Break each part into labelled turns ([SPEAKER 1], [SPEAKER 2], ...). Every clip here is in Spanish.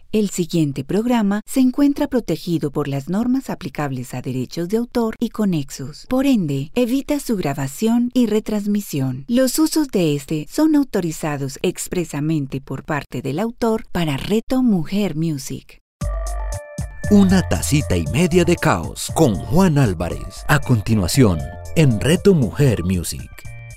[SPEAKER 1] El siguiente programa se encuentra protegido por las normas aplicables a derechos de autor y conexos. Por ende, evita su grabación y retransmisión. Los usos de este son autorizados expresamente por parte del autor para Reto Mujer Music.
[SPEAKER 2] Una tacita y media de caos con Juan Álvarez. A continuación, en Reto Mujer Music.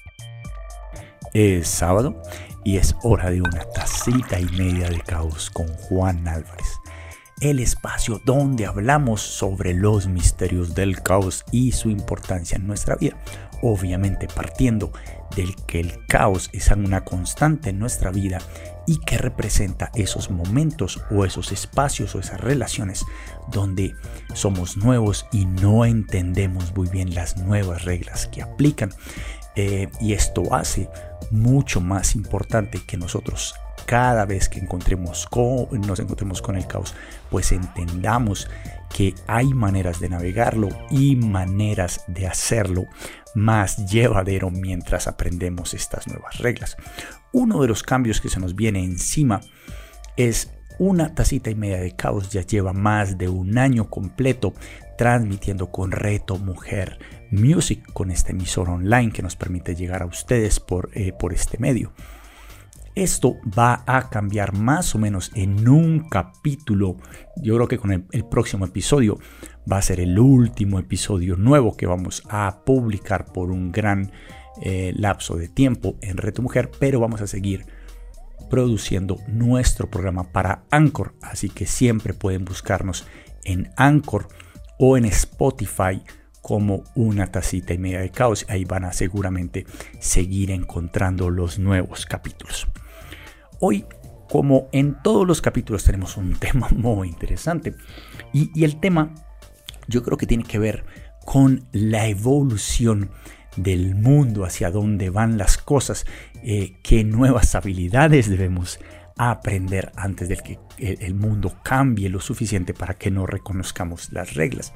[SPEAKER 3] Es sábado y es hora de una tacita y media de caos con Juan Álvarez. El espacio donde hablamos sobre los misterios del caos y su importancia en nuestra vida. Obviamente partiendo del que el caos es una constante en nuestra vida y que representa esos momentos o esos espacios o esas relaciones donde somos nuevos y no entendemos muy bien las nuevas reglas que aplican. Y esto hace mucho más importante que nosotros cada vez que nos encontremos con el caos, pues entendamos que hay maneras de navegarlo y maneras de hacerlo más llevadero mientras aprendemos estas nuevas reglas. Uno de los cambios que se nos viene encima es una tacita y media de caos. Ya lleva más de un año completo transmitiendo con Reto Mujer Music, con este emisor online que nos permite llegar a ustedes por este medio. Esto va a cambiar más o menos en un capítulo. Yo creo que con el próximo episodio va a ser el último episodio nuevo que vamos a publicar por un gran lapso de tiempo en Reto Mujer, pero vamos a seguir produciendo nuestro programa para Anchor, así que siempre pueden buscarnos en Anchor o en Spotify como una tacita y media de caos. Ahí van a seguramente seguir encontrando los nuevos capítulos. Hoy, como en todos los capítulos, tenemos un tema muy interesante y el tema yo creo que tiene que ver con la evolución del mundo, hacia dónde van las cosas, qué nuevas habilidades debemos aprender antes de que el mundo cambie lo suficiente para que no reconozcamos las reglas.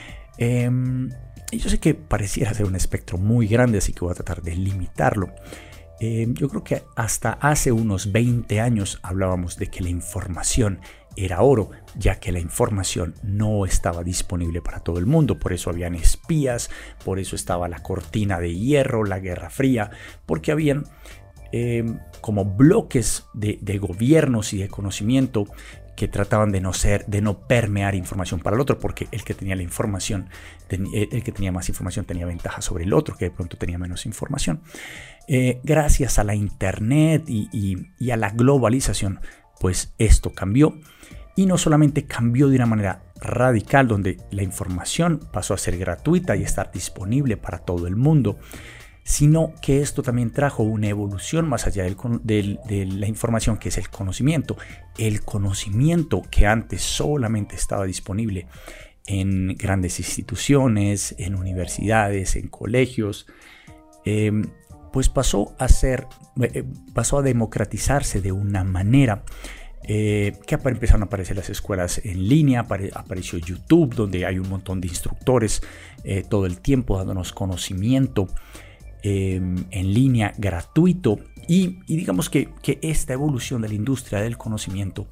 [SPEAKER 3] Yo sé que pareciera ser un espectro muy grande, así que voy a tratar de limitarlo. Yo creo que hasta hace unos 20 años hablábamos de que la información era oro, ya que la información no estaba disponible para todo el mundo. Por eso habían espías, por eso estaba la cortina de hierro, la Guerra Fría, porque habían como bloques de gobiernos y de conocimiento que trataban de no permear información para el otro, porque el que tenía la información, el que tenía más información tenía ventaja sobre el otro, que de pronto tenía menos información. Gracias a la internet y a la globalización, pues esto cambió. Y no solamente cambió de una manera radical, donde la información pasó a ser gratuita y estar disponible para todo el mundo, sino que esto también trajo una evolución más allá de la información, que es el conocimiento. El conocimiento que antes solamente estaba disponible en grandes instituciones, en universidades, en colegios, pues pasó a democratizarse de una manera que empezaron a aparecer las escuelas en línea, apareció YouTube, donde hay un montón de instructores todo el tiempo dándonos conocimiento en línea gratuito, y digamos que esta evolución de la industria del conocimiento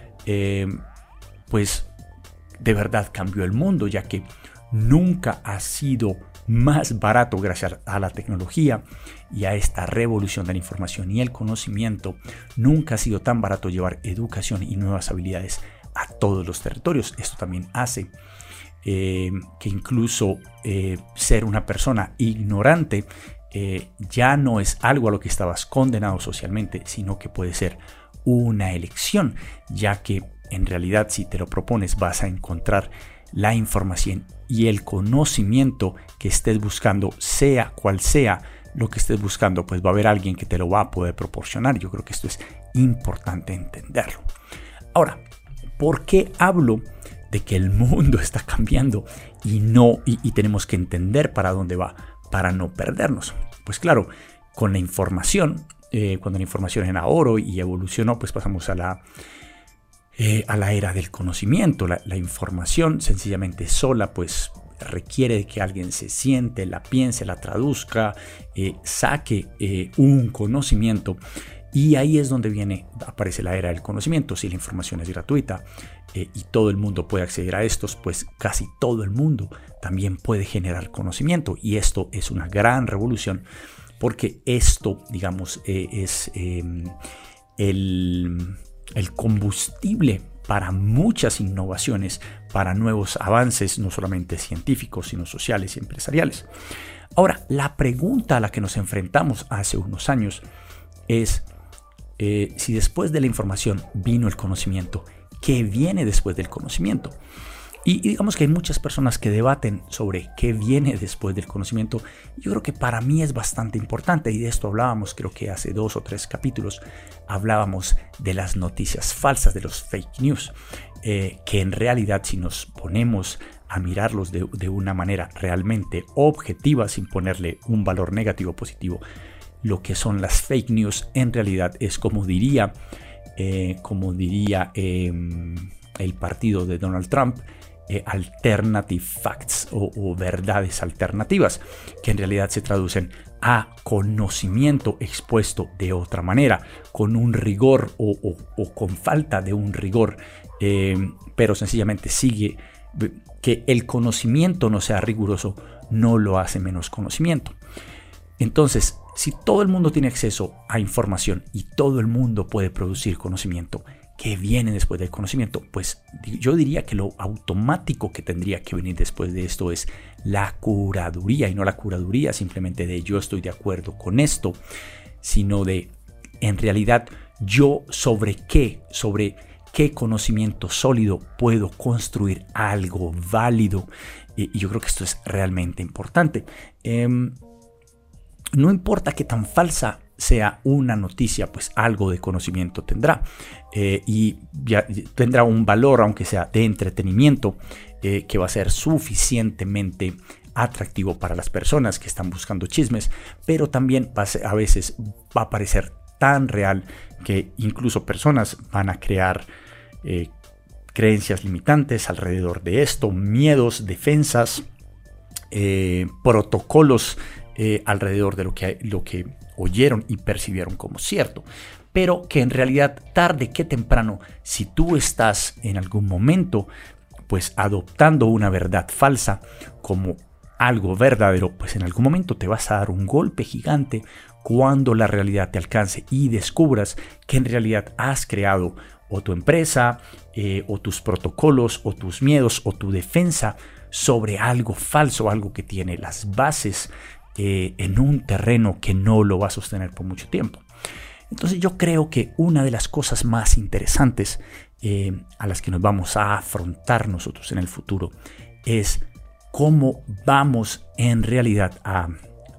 [SPEAKER 3] pues de verdad cambió el mundo, ya que nunca ha sido más barato, gracias a la tecnología y a esta revolución de la información y el conocimiento. Nunca ha sido tan barato llevar educación y nuevas habilidades a todos los territorios. Esto también hace que incluso ser una persona ignorante ya no es algo a lo que estabas condenado socialmente, sino que puede ser una elección, ya que en realidad, si te lo propones, vas a encontrar la información y el conocimiento que estés buscando, sea cual sea lo que estés buscando, pues va a haber alguien que te lo va a poder proporcionar. Yo creo que esto es importante entenderlo. Ahora, ¿por qué hablo de que el mundo está cambiando y tenemos que entender para dónde va, para no perdernos? Pues claro, con la información, cuando la información era oro y evolucionó, pues pasamos a la era del conocimiento. La información sencillamente sola pues requiere de que alguien se siente, la piense, la traduzca, saque un conocimiento, Y ahí es donde aparece la era del conocimiento. Si la información es gratuita y todo el mundo puede acceder a estos, pues casi todo el mundo también puede generar conocimiento. Y esto es una gran revolución, porque esto, digamos, es el combustible para muchas innovaciones, para nuevos avances, no solamente científicos, sino sociales y empresariales. Ahora, la pregunta a la que nos enfrentamos hace unos años es si después de la información vino el conocimiento, ¿qué viene después del conocimiento? Y digamos que hay muchas personas que debaten sobre qué viene después del conocimiento. Yo creo que para mí es bastante importante, y de esto hablábamos, creo que hace 2 o 3 capítulos, hablábamos de las noticias falsas, de los fake news, que en realidad, si nos ponemos a mirarlos de una manera realmente objetiva, sin ponerle un valor negativo o positivo, lo que son las fake news en realidad es como diría el partido de Donald Trump, alternative facts o verdades alternativas, que en realidad se traducen a conocimiento expuesto de otra manera, con un rigor o con falta de un rigor, pero sencillamente sigue que el conocimiento no sea riguroso, no lo hace menos conocimiento. Entonces, si todo el mundo tiene acceso a información y todo el mundo puede producir conocimiento, ¿qué viene después del conocimiento? Pues yo diría que lo automático que tendría que venir después de esto es la curaduría, y no la curaduría simplemente de yo estoy de acuerdo con esto, sino de en realidad yo sobre qué conocimiento sólido puedo construir algo válido. Y yo creo que esto es realmente importante. No importa qué tan falsa sea una noticia, pues algo de conocimiento tendrá, y ya tendrá un valor, aunque sea de entretenimiento, que va a ser suficientemente atractivo para las personas que están buscando chismes, pero también a veces va a parecer tan real que incluso personas van a crear creencias limitantes alrededor de esto, miedos, defensas, protocolos alrededor de lo que oyeron y percibieron como cierto, pero que en realidad tarde que temprano, si tú estás en algún momento pues adoptando una verdad falsa como algo verdadero, pues en algún momento te vas a dar un golpe gigante cuando la realidad te alcance y descubras que en realidad has creado o tu empresa o tus protocolos o tus miedos o tu defensa sobre algo falso, algo que tiene las bases en un terreno que no lo va a sostener por mucho tiempo. Entonces yo creo que una de las cosas más interesantes a las que nos vamos a afrontar nosotros en el futuro es cómo vamos en realidad a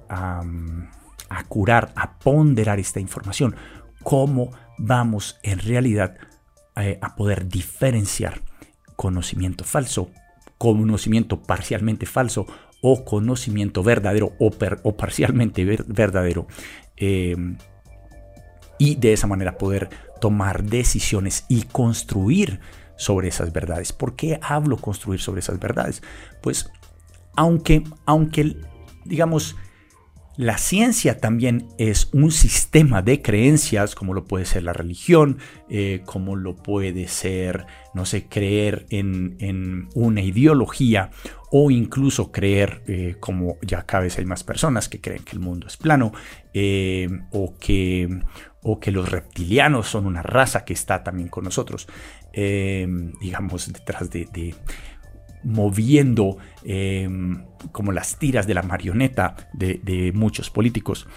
[SPEAKER 3] curar, a ponderar esta información, cómo vamos en realidad a poder diferenciar conocimiento falso, conocimiento parcialmente falso o conocimiento verdadero o parcialmente verdadero, y de esa manera poder tomar decisiones y construir sobre esas verdades. ¿Por qué hablo construir sobre esas verdades? Pues aunque digamos, la ciencia también es un sistema de creencias, como lo puede ser la religión, como lo puede ser, no sé, creer en una ideología, o incluso creer, como ya cada vez hay más personas que creen que el mundo es plano, o que los reptilianos son una raza que está también con nosotros, digamos, detrás de moviendo como las tiras de la marioneta de muchos políticos.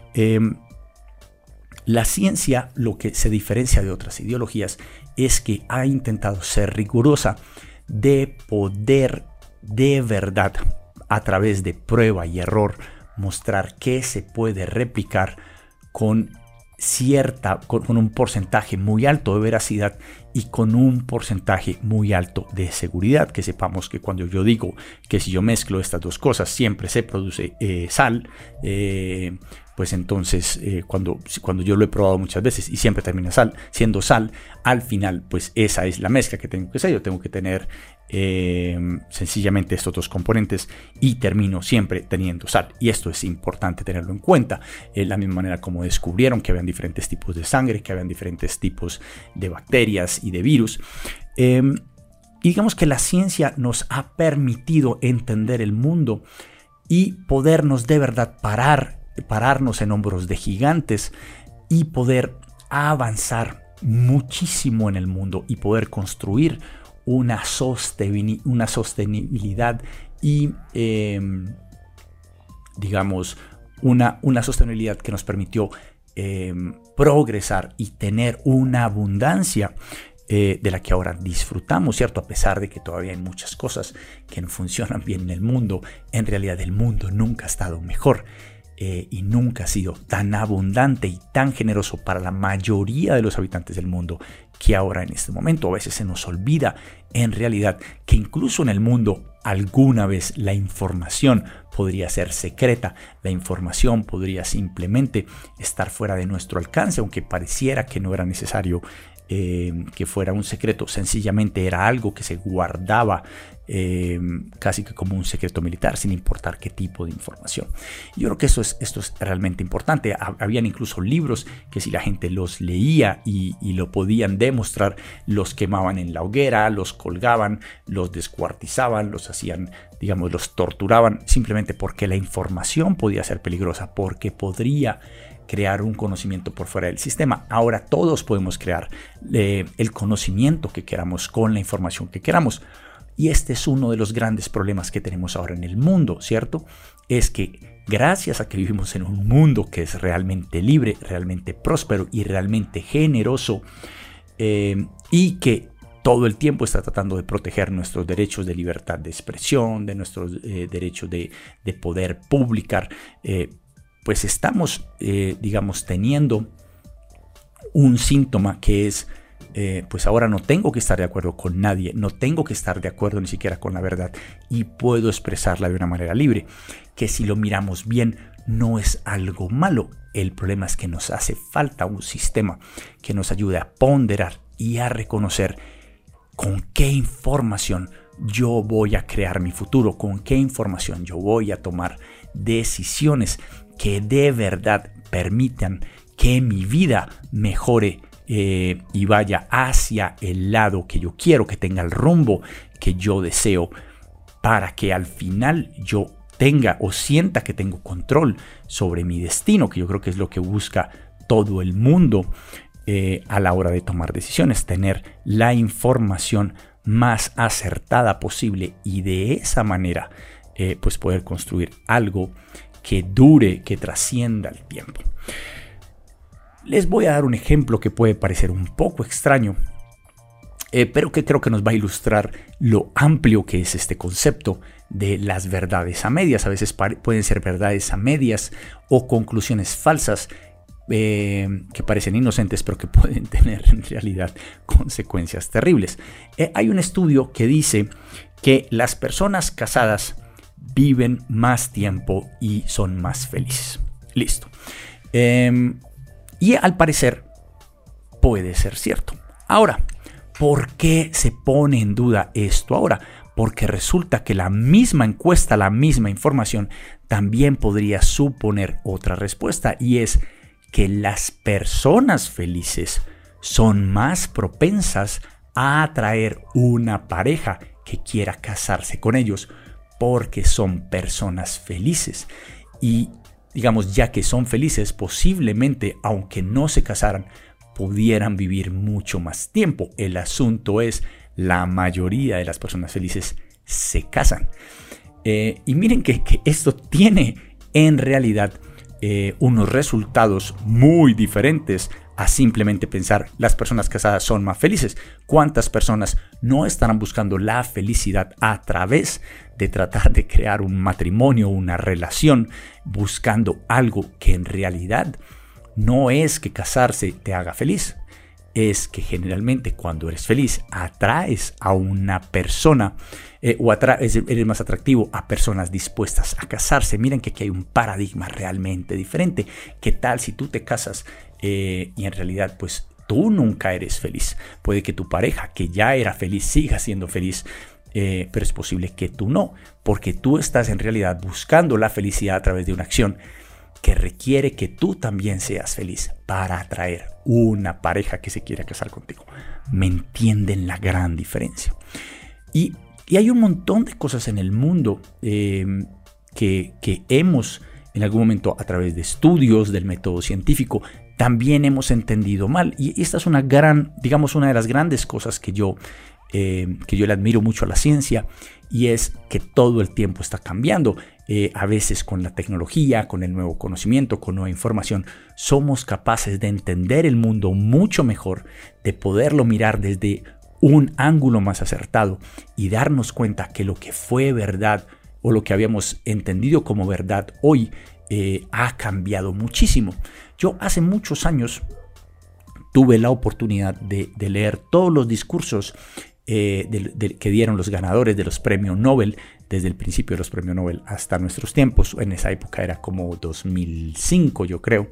[SPEAKER 3] La ciencia, lo que se diferencia de otras ideologías es que ha intentado ser rigurosa, de poder de verdad a través de prueba y error mostrar que se puede replicar con un porcentaje muy alto de veracidad y con un porcentaje muy alto de seguridad. Que sepamos que cuando yo digo que si yo mezclo estas dos cosas siempre se produce sal, pues entonces cuando yo lo he probado muchas veces y siempre termina siendo sal, al final pues esa es la mezcla que tengo que hacer. Yo tengo que tener sencillamente estos dos componentes y termino siempre teniendo sal, y esto es importante tenerlo en cuenta. La misma manera como descubrieron que habían diferentes tipos de sangre, que habían diferentes tipos de bacterias y de virus, y digamos que la ciencia nos ha permitido entender el mundo y podernos de verdad pararnos en hombros de gigantes y poder avanzar muchísimo en el mundo y poder construir una sostenibilidad y digamos una sostenibilidad que nos permitió progresar y tener una abundancia de la que ahora disfrutamos, ¿cierto? A pesar de que todavía hay muchas cosas que no funcionan bien en el mundo, en realidad el mundo nunca ha estado mejor. Y nunca ha sido tan abundante y tan generoso para la mayoría de los habitantes del mundo que ahora en este momento. A veces se nos olvida en realidad que incluso en el mundo alguna vez la información podría ser secreta, la información podría simplemente estar fuera de nuestro alcance, aunque pareciera que no era necesario que fuera un secreto. Sencillamente era algo que se guardaba casi que como un secreto militar, sin importar qué tipo de información. Yo creo que esto es realmente importante. Habían incluso libros que si la gente los leía y lo podían demostrar, los quemaban en la hoguera, los colgaban, los descuartizaban, los hacían, digamos, los torturaban, simplemente porque la información podía ser peligrosa, porque podría crear un conocimiento por fuera del sistema. Ahora todos podemos crear el conocimiento que queramos con la información que queramos. Y este es uno de los grandes problemas que tenemos ahora en el mundo, ¿cierto? Es que gracias a que vivimos en un mundo que es realmente libre, realmente próspero y realmente generoso, y que todo el tiempo está tratando de proteger nuestros derechos de libertad de expresión, de nuestros derechos de poder publicar, pues estamos, digamos, teniendo un síntoma que es, pues ahora no tengo que estar de acuerdo con nadie, no tengo que estar de acuerdo ni siquiera con la verdad y puedo expresarla de una manera libre, que si lo miramos bien no es algo malo. El problema es que nos hace falta un sistema que nos ayude a ponderar y a reconocer con qué información yo voy a crear mi futuro, con qué información yo voy a tomar decisiones que de verdad permitan que mi vida mejore y vaya hacia el lado que yo quiero, que tenga el rumbo que yo deseo, para que al final yo tenga o sienta que tengo control sobre mi destino, que yo creo que es lo que busca todo el mundo a la hora de tomar decisiones, tener la información más acertada posible y de esa manera pues poder construir algo que dure, que trascienda el tiempo. Les voy a dar un ejemplo que puede parecer un poco extraño, pero que creo que nos va a ilustrar lo amplio que es este concepto de las verdades a medias. A veces pueden ser verdades a medias o conclusiones falsas que parecen inocentes, pero que pueden tener en realidad consecuencias terribles. Hay un estudio que dice que las personas casadas viven más tiempo y son más felices. Listo. Y al parecer puede ser cierto. Ahora, ¿por qué se pone en duda esto ahora? Porque resulta que la misma encuesta, la misma información, también podría suponer otra respuesta, y es que las personas felices son más propensas a atraer una pareja que quiera casarse con ellos, porque son personas felices. Y digamos, ya que son felices, posiblemente, aunque no se casaran, pudieran vivir mucho más tiempo. El asunto es, la mayoría de las personas felices se casan. Y miren que esto tiene en realidad unos resultados muy diferentes a simplemente pensar las personas casadas son más felices. ¿Cuántas personas no estarán buscando la felicidad a través de tratar de crear un matrimonio, una relación, buscando algo que en realidad no es que casarse te haga feliz? es que generalmente cuando eres feliz atraes a una persona eres más atractivo a personas dispuestas a casarse. Miren que aquí hay un paradigma realmente diferente. ¿Qué tal si tú te casas y en realidad pues tú nunca eres feliz? Puede que tu pareja, que ya era feliz, siga siendo feliz, pero es posible que tú no, porque tú estás en realidad buscando la felicidad a través de una acción que requiere que tú también seas feliz para atraer una pareja que se quiera casar contigo. ¿Me entienden la gran diferencia? Y hay un montón de cosas en el mundo que hemos en algún momento a través de estudios del método científico también hemos entendido mal. Y esta es una de las grandes cosas que yo le admiro mucho a la ciencia, y es que todo el tiempo está cambiando. A veces con la tecnología, con el nuevo conocimiento, con nueva información, somos capaces de entender el mundo mucho mejor, de poderlo mirar desde un ángulo más acertado y darnos cuenta que lo que fue verdad o lo que habíamos entendido como verdad hoy ha cambiado muchísimo. Yo hace muchos años tuve la oportunidad de leer todos los discursos que dieron los ganadores de los premios Nobel, desde el principio de los premios Nobel hasta nuestros tiempos. En esa época era como 2005, yo creo.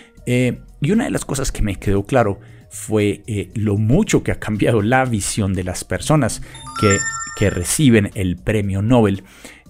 [SPEAKER 3] Y una de las cosas que me quedó claro fue lo mucho que ha cambiado la visión de las personas que reciben el premio Nobel,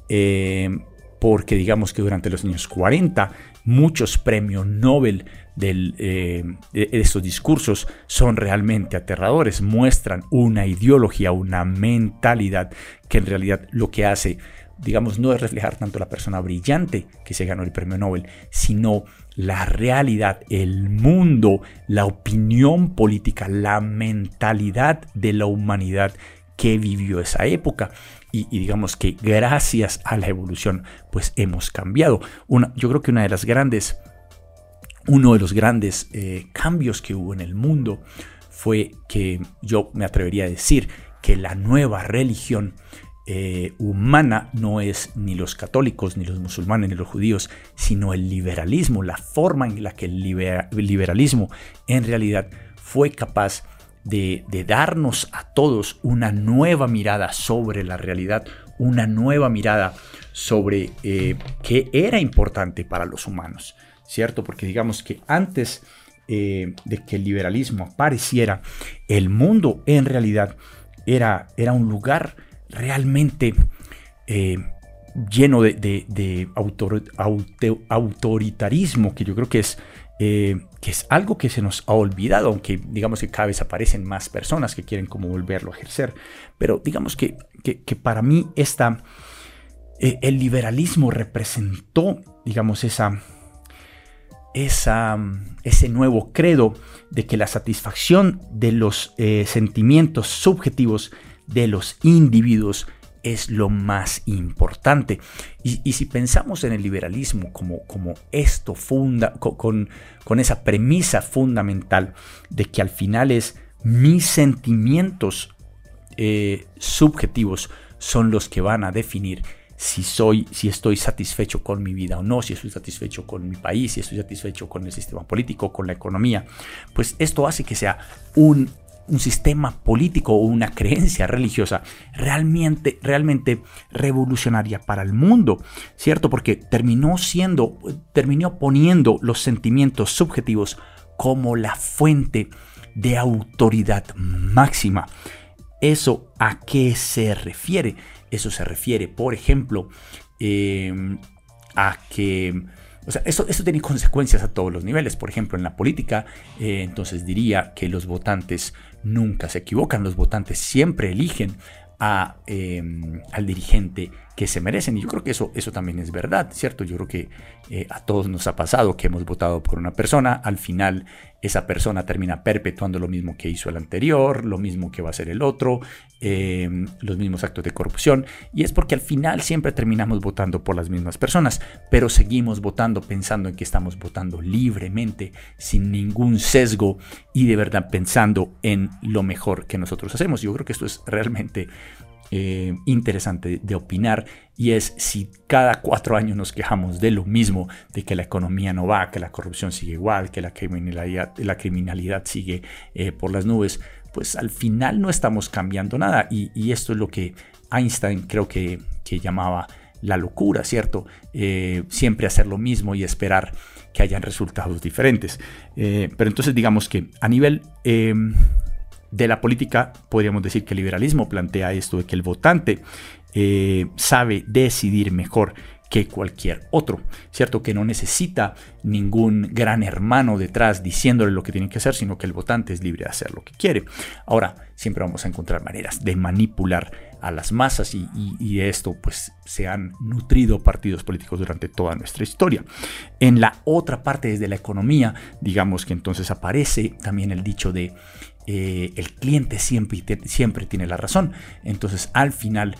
[SPEAKER 3] porque digamos que durante los años 40 muchos premios Nobel de estos discursos son realmente aterradores, muestran una ideología, una mentalidad que en realidad lo que hace, digamos, no es reflejar tanto la persona brillante que se ganó el premio Nobel, sino la realidad, el mundo, la opinión política, la mentalidad de la humanidad que vivió esa época. Y digamos que gracias a la evolución pues hemos cambiado. Yo creo que uno de los grandes cambios que hubo en el mundo fue que yo me atrevería a decir que la nueva religión humana no es ni los católicos, ni los musulmanes, ni los judíos, sino el liberalismo, la forma en la que el liberalismo en realidad fue capaz de darnos a todos una nueva mirada sobre la realidad, una nueva mirada sobre qué era importante para los humanos, ¿cierto? Porque digamos que antes de que el liberalismo apareciera, el mundo en realidad era un lugar realmente lleno de autoritarismo, que yo creo que es algo que se nos ha olvidado, aunque digamos que cada vez aparecen más personas que quieren como volverlo a ejercer. Pero digamos que para mí el liberalismo representó, digamos, ese nuevo credo de que la satisfacción de los sentimientos subjetivos de los individuos es lo más importante. Y si pensamos en el liberalismo como esto con esa premisa fundamental de que al final es mis sentimientos subjetivos son los que van a definir si estoy satisfecho con mi vida o no, si estoy satisfecho con mi país, si estoy satisfecho con el sistema político, con la economía, pues esto hace que sea un sistema político o una creencia religiosa realmente revolucionaria para el mundo, ¿cierto? Porque terminó poniendo los sentimientos subjetivos como la fuente de autoridad máxima. ¿Eso a qué se refiere? Eso se refiere, por ejemplo, a que... O sea, esto tiene consecuencias a todos los niveles. Por ejemplo, en la política, entonces diría que los votantes nunca se equivocan. Los votantes siempre eligen al dirigente que se merecen. Y yo creo que eso también es verdad, ¿cierto? Yo creo que a todos nos ha pasado que hemos votado por una persona. Al final, esa persona termina perpetuando lo mismo que hizo el anterior, lo mismo que va a hacer el otro, los mismos actos de corrupción. Y es porque al final siempre terminamos votando por las mismas personas, pero seguimos votando pensando en que estamos votando libremente, sin ningún sesgo y de verdad pensando en lo mejor que nosotros hacemos. Yo creo que esto es realmente interesante de opinar, y es si cada 4 años nos quejamos de lo mismo, de que la economía no va, que la corrupción sigue igual, que la criminalidad sigue por las nubes, pues al final no estamos cambiando nada, y esto es lo que Einstein creo que llamaba la locura, ¿cierto? Siempre hacer lo mismo y esperar que hayan resultados diferentes. Pero entonces digamos que a nivel de la política podríamos decir que el liberalismo plantea esto de que el votante sabe decidir mejor que cualquier otro, ¿cierto? Que no necesita ningún gran hermano detrás diciéndole lo que tiene que hacer, sino que el votante es libre de hacer lo que quiere. Ahora, siempre vamos a encontrar maneras de manipular a las masas y de esto pues se han nutrido partidos políticos durante toda nuestra historia. En la otra parte, desde la economía, digamos que entonces aparece también el dicho de el cliente siempre tiene la razón. Entonces al final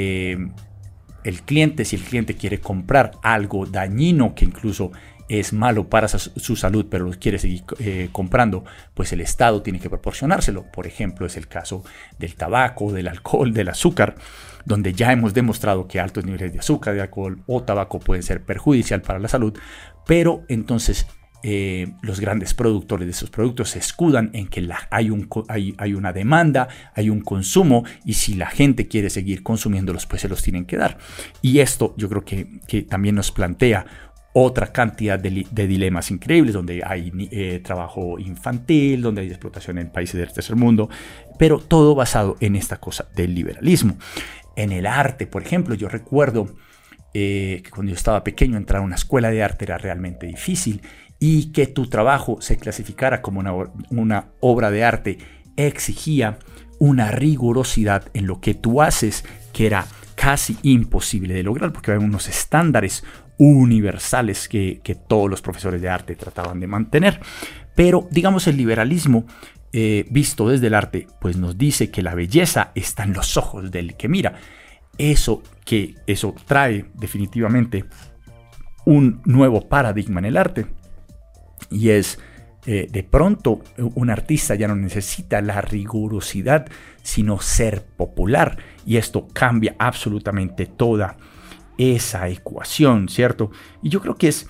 [SPEAKER 3] el cliente, si el cliente quiere comprar algo dañino que incluso es malo para su salud, pero lo quiere seguir comprando, pues el Estado tiene que proporcionárselo. Por ejemplo, es el caso del tabaco, del alcohol, del azúcar, donde ya hemos demostrado que altos niveles de azúcar, de alcohol o tabaco pueden ser perjudicial para la salud, pero entonces los grandes productores de esos productos se escudan en que hay una demanda, hay un consumo, y si la gente quiere seguir consumiéndolos, pues se los tienen que dar. Y esto yo creo que también nos plantea otra cantidad de dilemas increíbles, donde hay trabajo infantil, donde hay explotación en países del tercer mundo, pero todo basado en esta cosa del liberalismo. En el arte, por ejemplo, yo recuerdo que cuando yo estaba pequeño entrar a una escuela de arte era realmente difícil, y que tu trabajo se clasificara como una obra de arte exigía una rigurosidad en lo que tú haces que era casi imposible de lograr, porque había unos estándares universales que todos los profesores de arte trataban de mantener. Pero digamos el liberalismo visto desde el arte pues nos dice que la belleza está en los ojos del que mira. Eso trae definitivamente un nuevo paradigma en el arte, y es de pronto un artista ya no necesita la rigurosidad sino ser popular, y esto cambia absolutamente toda esa ecuación, ¿cierto? Y yo creo que es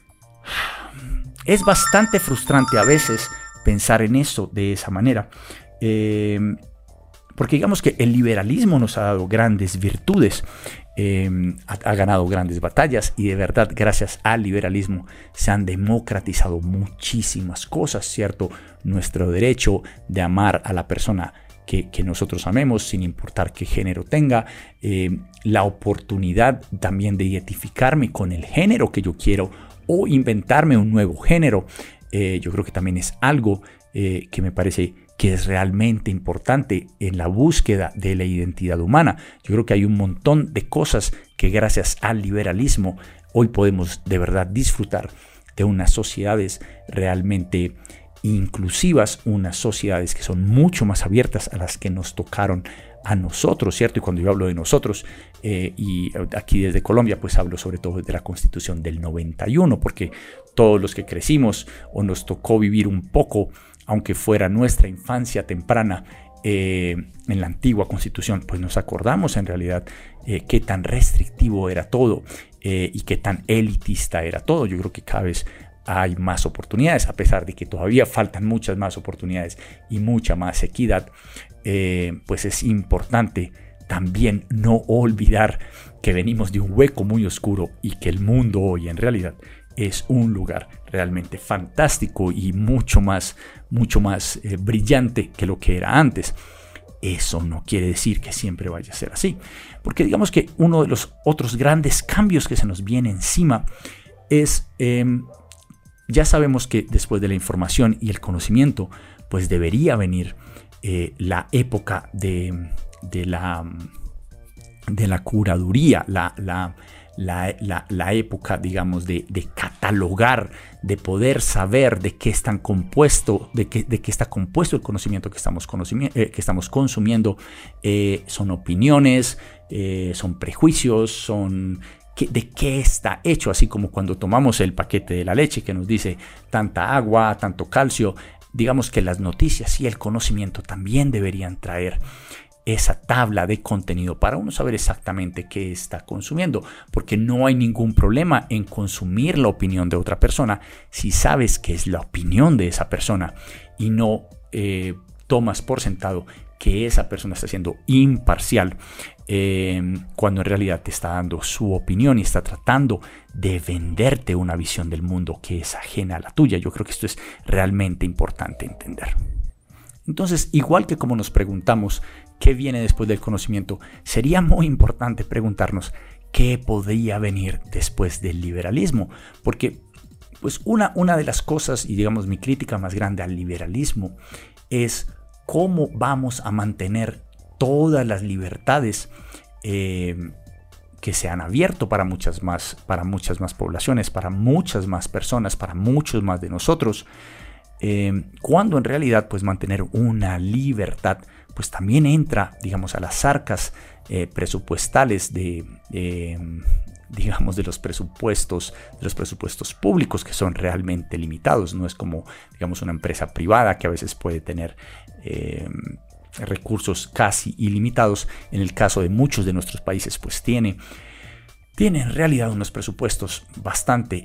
[SPEAKER 3] bastante frustrante a veces pensar en eso de esa manera, porque digamos que el liberalismo nos ha dado grandes virtudes, ha ganado grandes batallas, y de verdad gracias al liberalismo se han democratizado muchísimas cosas, ¿cierto? Nuestro derecho de amar a la persona que nosotros amemos sin importar qué género tenga, la oportunidad también de identificarme con el género que yo quiero o inventarme un nuevo género. Yo creo que también es algo que me parece que es realmente importante en la búsqueda de la identidad humana. Yo creo que hay un montón de cosas que gracias al liberalismo hoy podemos de verdad disfrutar de unas sociedades realmente inclusivas, unas sociedades que son mucho más abiertas a las que nos tocaron a nosotros, ¿cierto? Y cuando yo hablo de nosotros, y aquí desde Colombia, pues hablo sobre todo de la Constitución del 91, porque todos los que crecimos o nos tocó vivir un poco, aunque fuera nuestra infancia temprana, en la antigua Constitución, pues nos acordamos en realidad qué tan restrictivo era todo y qué tan elitista era todo. Yo creo que cada vez hay más oportunidades, a pesar de que todavía faltan muchas más oportunidades y mucha más equidad. Pues es importante también no olvidar que venimos de un hueco muy oscuro y que el mundo hoy en realidad es un lugar realmente fantástico y mucho más brillante que lo que era antes. Eso no quiere decir que siempre vaya a ser así, porque digamos que uno de los otros grandes cambios que se nos viene encima es, ya sabemos que después de la información y el conocimiento, pues debería venir la época de la curaduría, la época, digamos, de catalogar, de poder saber de qué está compuesto el conocimiento que estamos consumiendo. Son opiniones, son prejuicios, de qué está hecho, así como cuando tomamos el paquete de la leche que nos dice tanta agua, tanto calcio. Digamos que las noticias y el conocimiento también deberían traer esa tabla de contenido para uno saber exactamente qué está consumiendo, porque no hay ningún problema en consumir la opinión de otra persona si sabes que es la opinión de esa persona y no tomas por sentado que esa persona está siendo imparcial cuando en realidad te está dando su opinión y está tratando de venderte una visión del mundo que es ajena a la tuya. Yo creo que esto es realmente importante entender. Entonces, igual que como nos preguntamos qué viene después del conocimiento, sería muy importante preguntarnos qué podría venir después del liberalismo, porque pues una de las cosas, y digamos mi crítica más grande al liberalismo, es cómo vamos a mantener todas las libertades que se han abierto para muchas más poblaciones, para muchas más personas, para muchos más de nosotros, cuando en realidad pues mantener una libertad pues también entra, digamos, a las arcas presupuestales digamos de los presupuestos públicos, que son realmente limitados. No es como, digamos, una empresa privada que a veces puede tener recursos casi ilimitados. En el caso de muchos de nuestros países pues tiene en realidad unos presupuestos bastante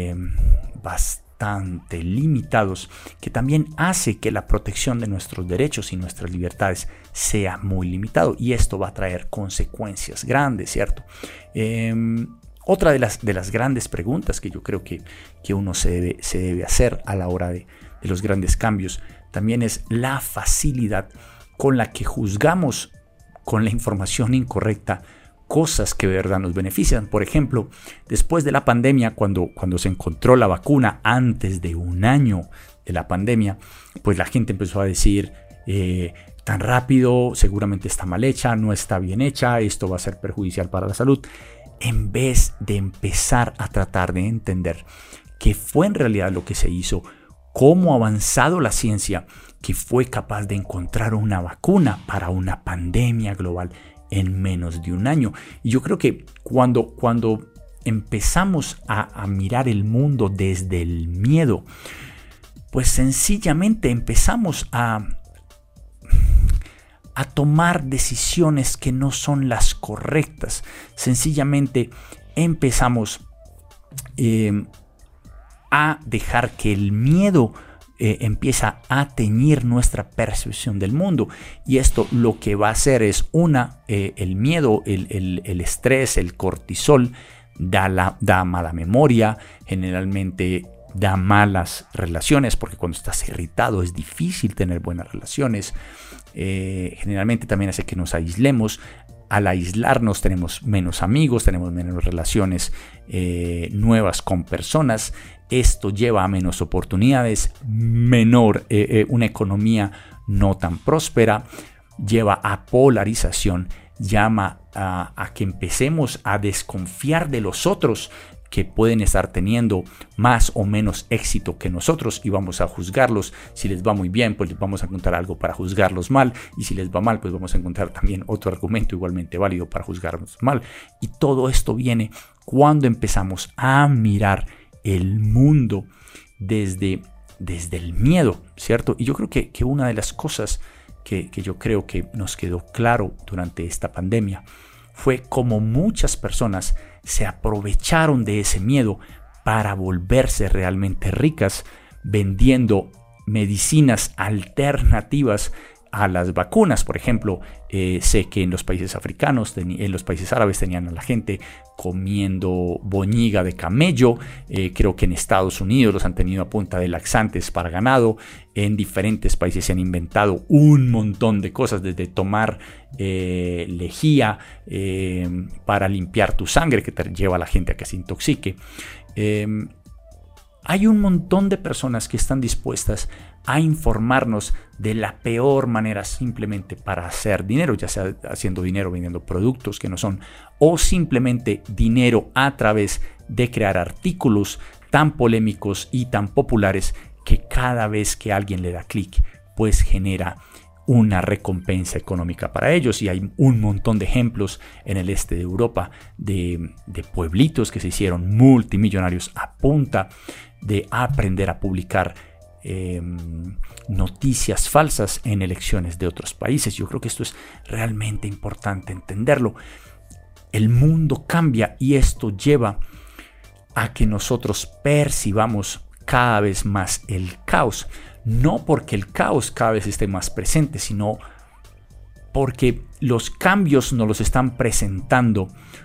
[SPEAKER 3] limitados, que también hace que la protección de nuestros derechos y nuestras libertades sea muy limitado, y esto va a traer consecuencias grandes, ¿cierto? Otra de las grandes preguntas que yo creo que uno se debe hacer a la hora de los grandes cambios también es la facilidad con la que juzgamos con la información incorrecta cosas que de verdad nos benefician. Por ejemplo, después de la pandemia, cuando se encontró la vacuna, antes de un año de la pandemia, pues la gente empezó a decir, tan rápido, seguramente está mal hecha, no está bien hecha, esto va a ser perjudicial para la salud, en vez de empezar a tratar de entender qué fue en realidad lo que se hizo, cómo ha avanzado la ciencia, que fue capaz de encontrar una vacuna para una pandemia global en menos de un año. Y yo creo que cuando empezamos a mirar el mundo desde el miedo, pues sencillamente empezamos a tomar decisiones que no son las correctas. Sencillamente empezamos a dejar que el miedo empieza a teñir nuestra percepción del mundo, y esto lo que va a hacer es el miedo, el estrés, el cortisol da mala memoria, generalmente da malas relaciones, porque cuando estás irritado es difícil tener buenas relaciones. Generalmente también hace que nos aislemos. Al aislarnos tenemos menos amigos, tenemos menos relaciones nuevas con personas. Esto lleva a menos oportunidades, una economía no tan próspera, lleva a polarización, llama a que empecemos a desconfiar de los otros, que pueden estar teniendo más o menos éxito que nosotros, y vamos a juzgarlos. Si les va muy bien, pues les vamos a encontrar algo para juzgarlos mal, y si les va mal, pues vamos a encontrar también otro argumento igualmente válido para juzgarlos mal. Y todo esto viene cuando empezamos a mirar el mundo desde el miedo, ¿cierto? Y yo creo que una de las cosas que yo creo que nos quedó claro durante esta pandemia fue cómo muchas personas se aprovecharon de ese miedo para volverse realmente ricas vendiendo medicinas alternativas a las vacunas. Por ejemplo, sé que en los países africanos, en los países árabes, tenían a la gente comiendo boñiga de camello. Creo que en Estados Unidos los han tenido a punta de laxantes para ganado. En diferentes países se han inventado un montón de cosas, desde tomar lejía para limpiar tu sangre, que te lleva a la gente a que se intoxique. Hay un montón de personas que están dispuestas a informarnos de la peor manera simplemente para hacer dinero, ya sea haciendo dinero vendiendo productos que no son, o simplemente dinero a través de crear artículos tan polémicos y tan populares que cada vez que alguien le da clic, pues genera una recompensa económica para ellos. Y hay un montón de ejemplos en el este de Europa de pueblitos que se hicieron multimillonarios a punta de aprender a publicar noticias falsas en elecciones de otros países. Yo creo que esto es realmente importante entenderlo. El mundo cambia y esto lleva a que nosotros percibamos cada vez más el caos. No porque el caos cada vez esté más presente, sino porque los cambios nos los están presentando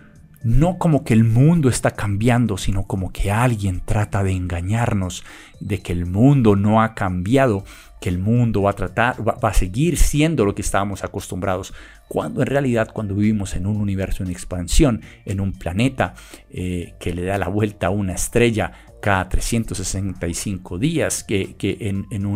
[SPEAKER 3] no como que el mundo está cambiando, sino como que alguien trata de engañarnos de que el mundo no ha cambiado, que el mundo va a seguir siendo lo que estábamos acostumbrados, cuando en realidad cuando vivimos en un universo en expansión, en un planeta que le da la vuelta a una estrella cada 365 días, que en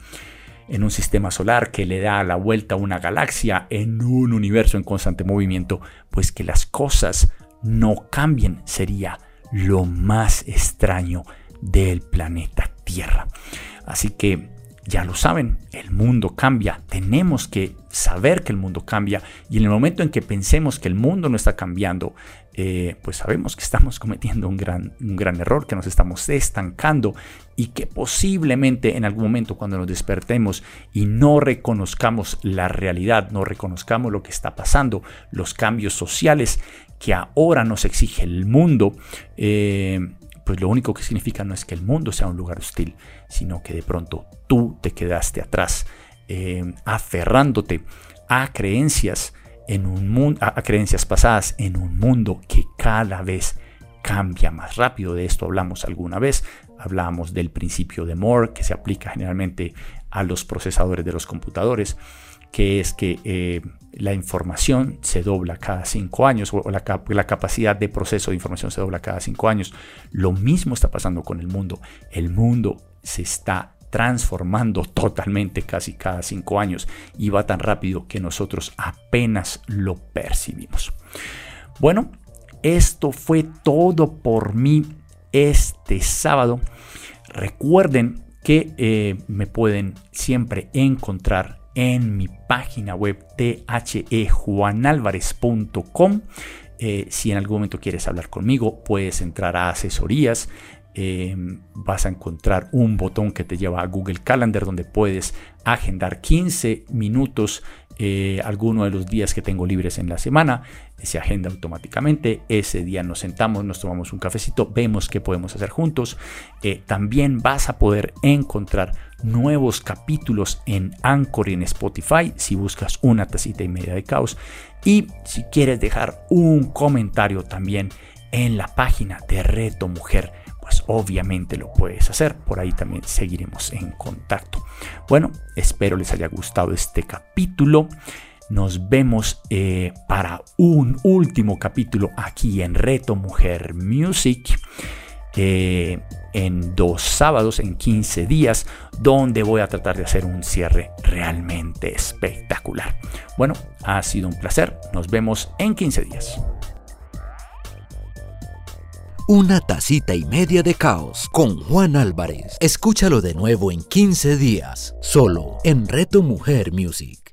[SPEAKER 3] un sistema solar que le da la vuelta a una galaxia, en un universo en constante movimiento, pues que las cosas no cambien sería lo más extraño del planeta Tierra. Así que ya lo saben, el mundo cambia, tenemos que saber que el mundo cambia, y en el momento en que pensemos que el mundo no está cambiando, pues sabemos que estamos cometiendo un gran error, que nos estamos estancando y que posiblemente en algún momento cuando nos despertemos y no reconozcamos la realidad, no reconozcamos lo que está pasando, los cambios sociales que ahora nos exige el mundo, pues lo único que significa no es que el mundo sea un lugar hostil, sino que de pronto tú te quedaste atrás, aferrándote a creencias a creencias pasadas en un mundo que cada vez cambia más rápido. De esto hablamos alguna vez. Hablábamos del principio de Moore, que se aplica generalmente a los procesadores de los computadores, que es que la información se dobla cada 5 años, o la capacidad de proceso de información se dobla cada 5 años. Lo mismo está pasando con el mundo. El mundo se está transformando totalmente casi cada 5 años y va tan rápido que nosotros apenas lo percibimos. Bueno, esto fue todo por mí este sábado. Recuerden que me pueden siempre encontrar en mi página web thejuanalvarez.com. Si en algún momento quieres hablar conmigo, puedes entrar a asesorías. Vas a encontrar un botón que te lleva a Google Calendar, donde puedes agendar 15 minutos alguno de los días que tengo libres en la semana. Se agenda automáticamente. Ese día nos sentamos, nos tomamos un cafecito, vemos qué podemos hacer juntos. También vas a poder encontrar nuevos capítulos en Anchor y en Spotify si buscas Una Tacita y Media de Caos. Y si quieres dejar un comentario también en la página de Reto Mujer, pues obviamente lo puedes hacer. Por ahí también seguiremos en contacto. Bueno, espero les haya gustado este capítulo. Nos vemos para un último capítulo aquí en Reto Mujer Music, en 2 sábados, en 15 días, donde voy a tratar de hacer un cierre realmente espectacular. Bueno, ha sido un placer. Nos vemos en 15 días.
[SPEAKER 2] Una tacita y media de caos con Juan Álvarez. Escúchalo de nuevo en 15 días, solo en Reto Mujer Music.